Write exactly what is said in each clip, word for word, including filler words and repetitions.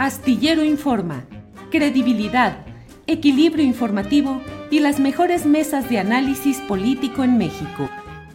Astillero Informa, credibilidad, equilibrio informativo y las mejores mesas de análisis político en México.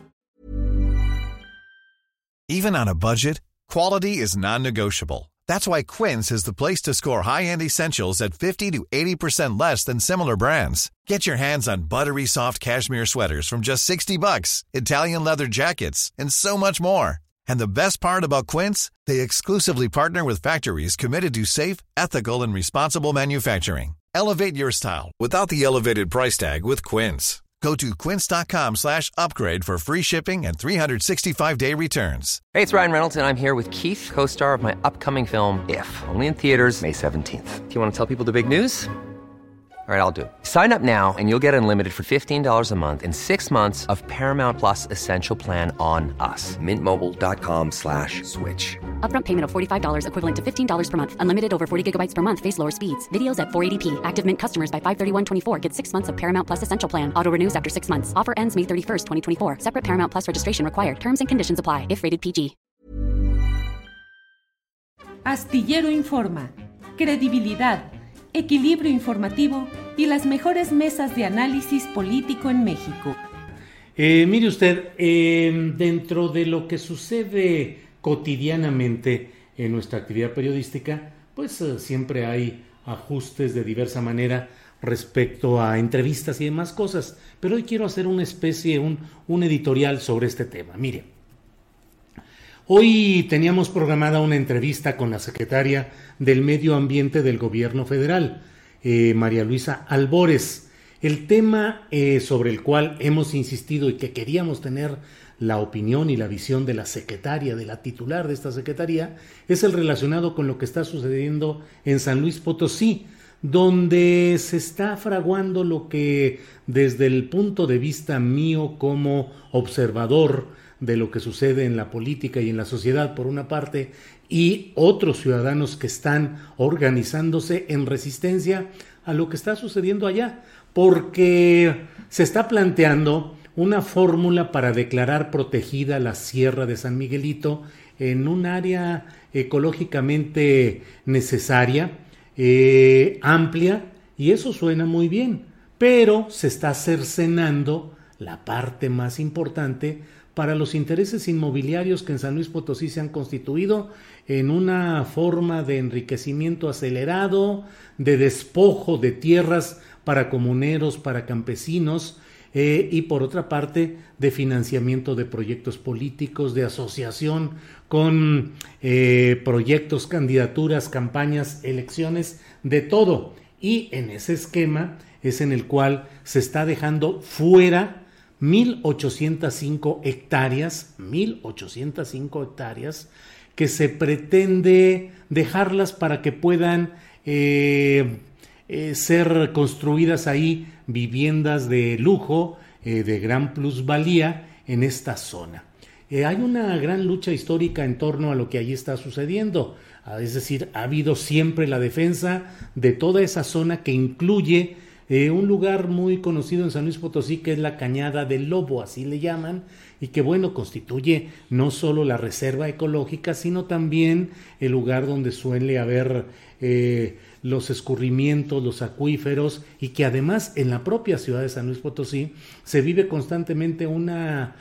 Even on a budget, quality is non-negotiable. That's why Quince is the place to score high-end essentials at fifty to eighty percent less than similar brands. Get your hands on buttery soft cashmere sweaters from just sixty bucks, Italian leather jackets, and so much more. And the best part about Quince, they exclusively partner with factories committed to safe, ethical, and responsible manufacturing. Elevate your style without the elevated price tag with Quince. Go to quince.com slash upgrade for free shipping and three sixty-five day returns. Hey, it's Ryan Reynolds, and I'm here with Keith, co-star of my upcoming film, If, only in theaters May seventeenth. Do you want to tell people the big news? All right, I'll do it. Sign up now and you'll get unlimited for fifteen dollars a month and six months of Paramount Plus Essential Plan on us. Mint Mobile dot com slash switch. Upfront payment of forty-five dollars equivalent to fifteen dollars per month. Unlimited over forty gigabytes per month. Face lower speeds. Videos at four eighty p. Active Mint customers by five thirty-one twenty-four get six months of Paramount Plus Essential Plan. Auto renews after six months. Offer ends May thirty-first, twenty twenty-four. Separate Paramount Plus registration required. Terms and conditions apply if rated P G. Astillero Informa, credibilidad, equilibrio informativo y las mejores mesas de análisis político en México. Eh, mire usted, eh, dentro de lo que sucede cotidianamente en nuestra actividad periodística, pues eh, siempre hay ajustes de diversa manera respecto a entrevistas y demás cosas, pero hoy quiero hacer una especie, un, un editorial sobre este tema. Mire, hoy teníamos programada una entrevista con la secretaria del Medio Ambiente del Gobierno Federal, eh, María Luisa Albores. El tema eh, sobre el cual hemos insistido y que queríamos tener la opinión y la visión de la secretaria, de la titular de esta secretaría, es el relacionado con lo que está sucediendo en San Luis Potosí, donde se está fraguando lo que desde el punto de vista mío como observador de lo que sucede en la política y en la sociedad por una parte, y otros ciudadanos que están organizándose en resistencia a lo que está sucediendo allá, porque se está planteando una fórmula para declarar protegida la Sierra de San Miguelito en un área ecológicamente necesaria, eh, amplia, y eso suena muy bien, pero se está cercenando la parte más importante para los intereses inmobiliarios que en San Luis Potosí se han constituido en una forma de enriquecimiento acelerado, de despojo de tierras para comuneros, para campesinos, eh, y por otra parte de financiamiento de proyectos políticos, de asociación con eh, proyectos, candidaturas, campañas, elecciones, de todo. Y en ese esquema es en el cual se está dejando fuera mil ochocientas cinco hectáreas, mil ochocientas cinco hectáreas que se pretende dejarlas para que puedan eh, eh, ser construidas ahí viviendas de lujo, eh, de gran plusvalía en esta zona. Eh, hay una gran lucha histórica en torno a lo que allí está sucediendo, es decir, ha habido siempre la defensa de toda esa zona que incluye Eh, un lugar muy conocido en San Luis Potosí que es la Cañada del Lobo, así le llaman, y que bueno, constituye no solo la reserva ecológica, sino también el lugar donde suele haber eh, los escurrimientos, los acuíferos, y que además en la propia ciudad de San Luis Potosí se vive constantemente una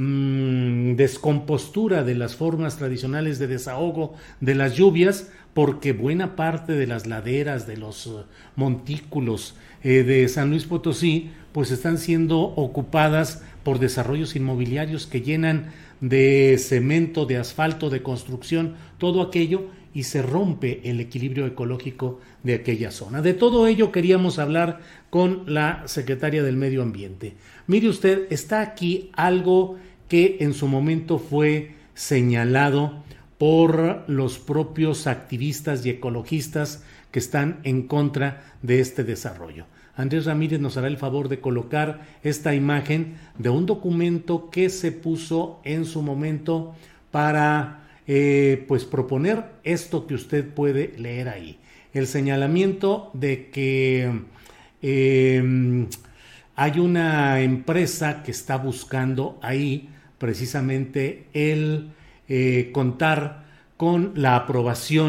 mmm, descompostura de las formas tradicionales de desahogo de las lluvias, porque buena parte de las laderas, de los uh, montículos eh, de San Luis Potosí, pues están siendo ocupadas por desarrollos inmobiliarios que llenan de cemento, de asfalto, de construcción, todo aquello, y se rompe el equilibrio ecológico de aquella zona. De todo ello queríamos hablar con la secretaria del Medio Ambiente. Mire usted, está aquí algo que en su momento fue señalado por los propios activistas y ecologistas que están en contra de este desarrollo. Andrés Ramírez nos hará el favor de colocar esta imagen de un documento que se puso en su momento para eh, pues proponer esto que usted puede leer ahí. El señalamiento de que eh, hay una empresa que está buscando ahí precisamente el Eh, contar con la aprobación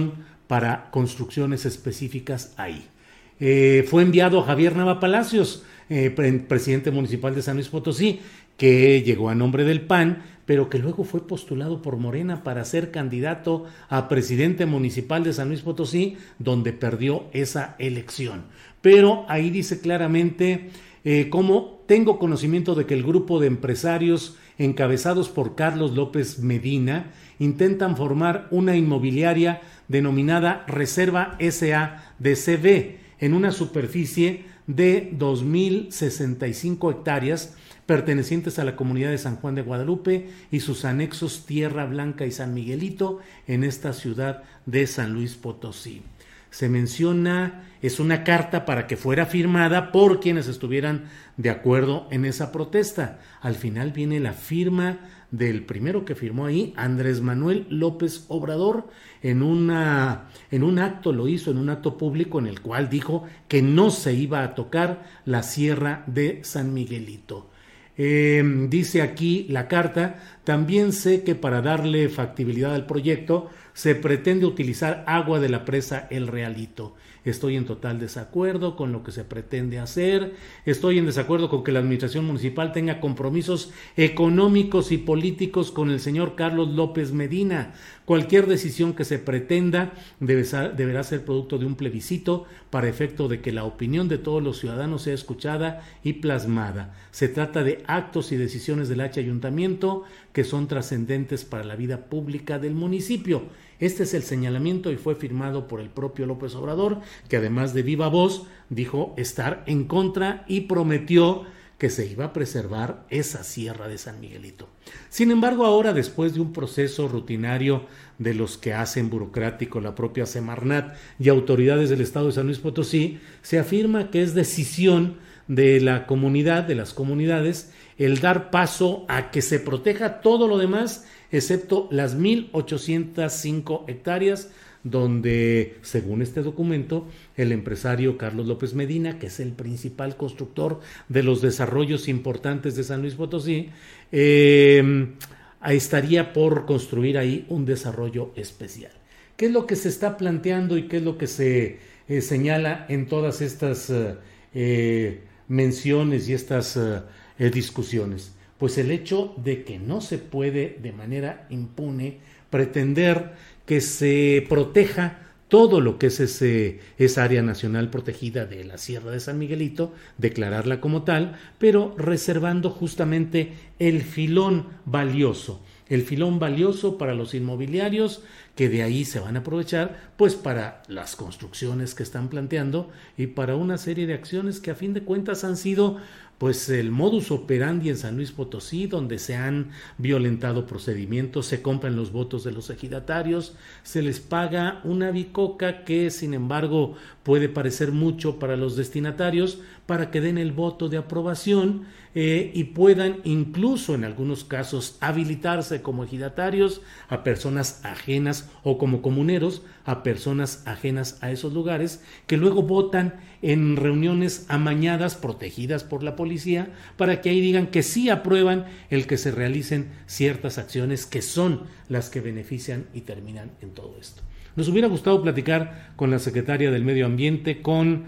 para construcciones específicas ahí. Eh, fue enviado a Javier Nava Palacios, eh, presidente municipal de San Luis Potosí, que llegó a nombre del P A N, pero que luego fue postulado por Morena para ser candidato a presidente municipal de San Luis Potosí, donde perdió esa elección. Pero ahí dice claramente eh, cómo tengo conocimiento de que el grupo de empresarios encabezados por Carlos López Medina intentan formar una inmobiliaria denominada Reserva S A de C V en una superficie de dos mil sesenta y cinco hectáreas pertenecientes a la comunidad de San Juan de Guadalupe y sus anexos Tierra Blanca y San Miguelito en esta ciudad de San Luis Potosí. Se menciona, es una carta para que fuera firmada por quienes estuvieran de acuerdo en esa protesta. Al final viene la firma del primero que firmó ahí, Andrés Manuel López Obrador, en, una, en un acto, lo hizo en un acto público en el cual dijo que no se iba a tocar la Sierra de San Miguelito. Eh, dice aquí la carta, también sé que para darle factibilidad al proyecto se pretende utilizar agua de la presa El Realito. Estoy en total desacuerdo con lo que se pretende hacer. Estoy en desacuerdo con que la administración municipal tenga compromisos económicos y políticos con el señor Carlos López Medina. Cualquier decisión que se pretenda debe ser, deberá ser producto de un plebiscito para efecto de que la opinión de todos los ciudadanos sea escuchada y plasmada. Se trata de actos y decisiones del H ayuntamiento que son trascendentes para la vida pública del municipio. Este es el señalamiento y fue firmado por el propio López Obrador, que además de viva voz dijo estar en contra y prometió que se iba a preservar esa Sierra de San Miguelito. Sin embargo, ahora, después de un proceso rutinario de los que hacen burocrático la propia Semarnat y autoridades del estado de San Luis Potosí, se afirma que es decisión de la comunidad, de las comunidades, el dar paso a que se proteja todo lo demás, excepto las mil ochocientas cinco hectáreas, donde, según este documento, el empresario Carlos López Medina, que es el principal constructor de los desarrollos importantes de San Luis Potosí, eh, estaría por construir ahí un desarrollo especial. ¿Qué es lo que se está planteando y qué es lo que se eh, señala en todas estas eh, eh, menciones y estas eh, eh, discusiones? Pues el hecho de que no se puede de manera impune pretender que se proteja todo lo que es ese, esa área nacional protegida de la Sierra de San Miguelito, declararla como tal, pero reservando justamente el filón valioso, el filón valioso para los inmobiliarios que de ahí se van a aprovechar pues para las construcciones que están planteando y para una serie de acciones que a fin de cuentas han sido pues el modus operandi en San Luis Potosí, donde se han violentado procedimientos, se compran los votos de los ejidatarios, se les paga una bicoca que sin embargo puede parecer mucho para los destinatarios para que den el voto de aprobación eh, y puedan incluso en algunos casos habilitarse como ejidatarios a personas ajenas o como comuneros a personas ajenas a esos lugares que luego votan en reuniones amañadas protegidas por la policía para que ahí digan que sí aprueban el que se realicen ciertas acciones que son las que benefician y terminan en todo esto. Nos hubiera gustado platicar con la secretaria del Medio Ambiente, con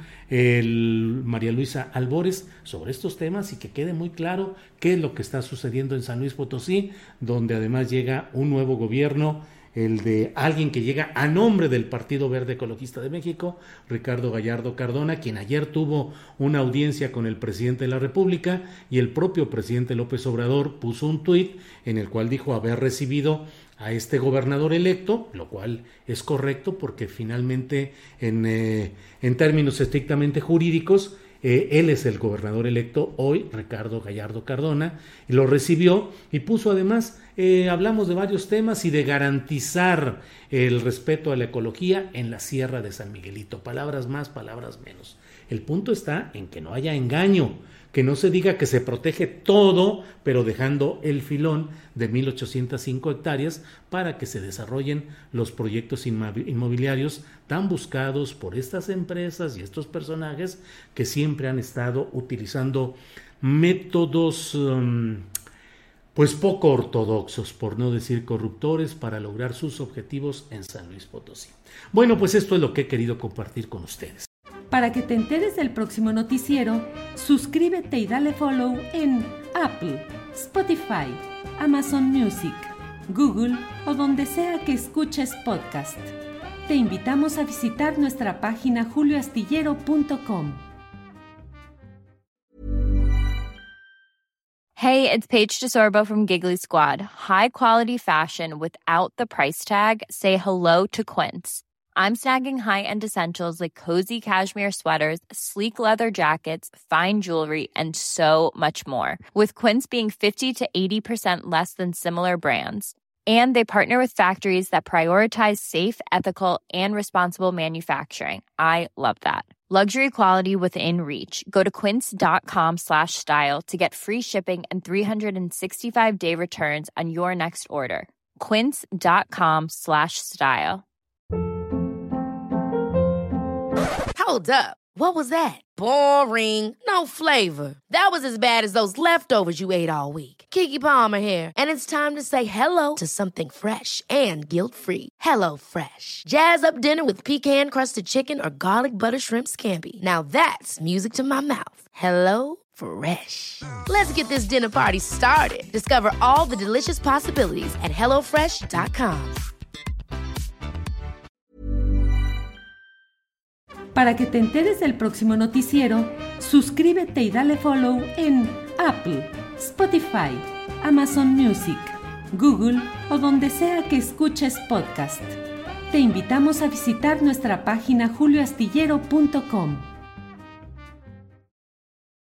el María Luisa Albores, sobre estos temas y que quede muy claro qué es lo que está sucediendo en San Luis Potosí, donde además llega un nuevo gobierno, el de alguien que llega a nombre del Partido Verde Ecologista de México, Ricardo Gallardo Cardona, quien ayer tuvo una audiencia con el presidente de la República y el propio presidente López Obrador puso un tuit en el cual dijo haber recibido a este gobernador electo, lo cual es correcto porque finalmente en, eh, en términos estrictamente jurídicos Eh, él es el gobernador electo hoy, Ricardo Gallardo Cardona, y lo recibió y puso además, eh, hablamos de varios temas y de garantizar el respeto a la ecología en la Sierra de San Miguelito. Palabras más, palabras menos. El punto está en que no haya engaño, que no se diga que se protege todo, pero dejando el filón de mil ochocientas cinco hectáreas para que se desarrollen los proyectos inmobiliarios tan buscados por estas empresas y estos personajes que siempre han estado utilizando métodos um, pues poco ortodoxos, por no decir corruptores, para lograr sus objetivos en San Luis Potosí. Bueno, pues esto es lo que he querido compartir con ustedes. Para que te enteres del próximo noticiero, suscríbete y dale follow en Apple, Spotify, Amazon Music, Google o donde sea que escuches podcast. Te invitamos a visitar nuestra página julio astillero punto com. Hey, it's Paige DeSorbo from Giggly Squad. High quality fashion without the price tag. Say hello to Quince. I'm snagging high-end essentials like cozy cashmere sweaters, sleek leather jackets, fine jewelry, and so much more. With Quince being fifty to eighty percent less than similar brands. And they partner with factories that prioritize safe, ethical, and responsible manufacturing. I love that. Luxury quality within reach. Go to quince.com slash style to get free shipping and three sixty-five day returns on your next order. Quince.com slash style. Hold up. What was that? Boring. No flavor. That was as bad as those leftovers you ate all week. Keke Palmer here, and it's time to say hello to something fresh and guilt-free. Hello Fresh. Jazz up dinner with pecan-crusted chicken or garlic butter shrimp scampi. Now that's music to my mouth. Hello Fresh. Let's get this dinner party started. Discover all the delicious possibilities at hello fresh dot com. Para que te enteres del próximo noticiero, suscríbete y dale follow en Apple, Spotify, Amazon Music, Google o donde sea que escuches podcast. Te invitamos a visitar nuestra página julio astillero punto com.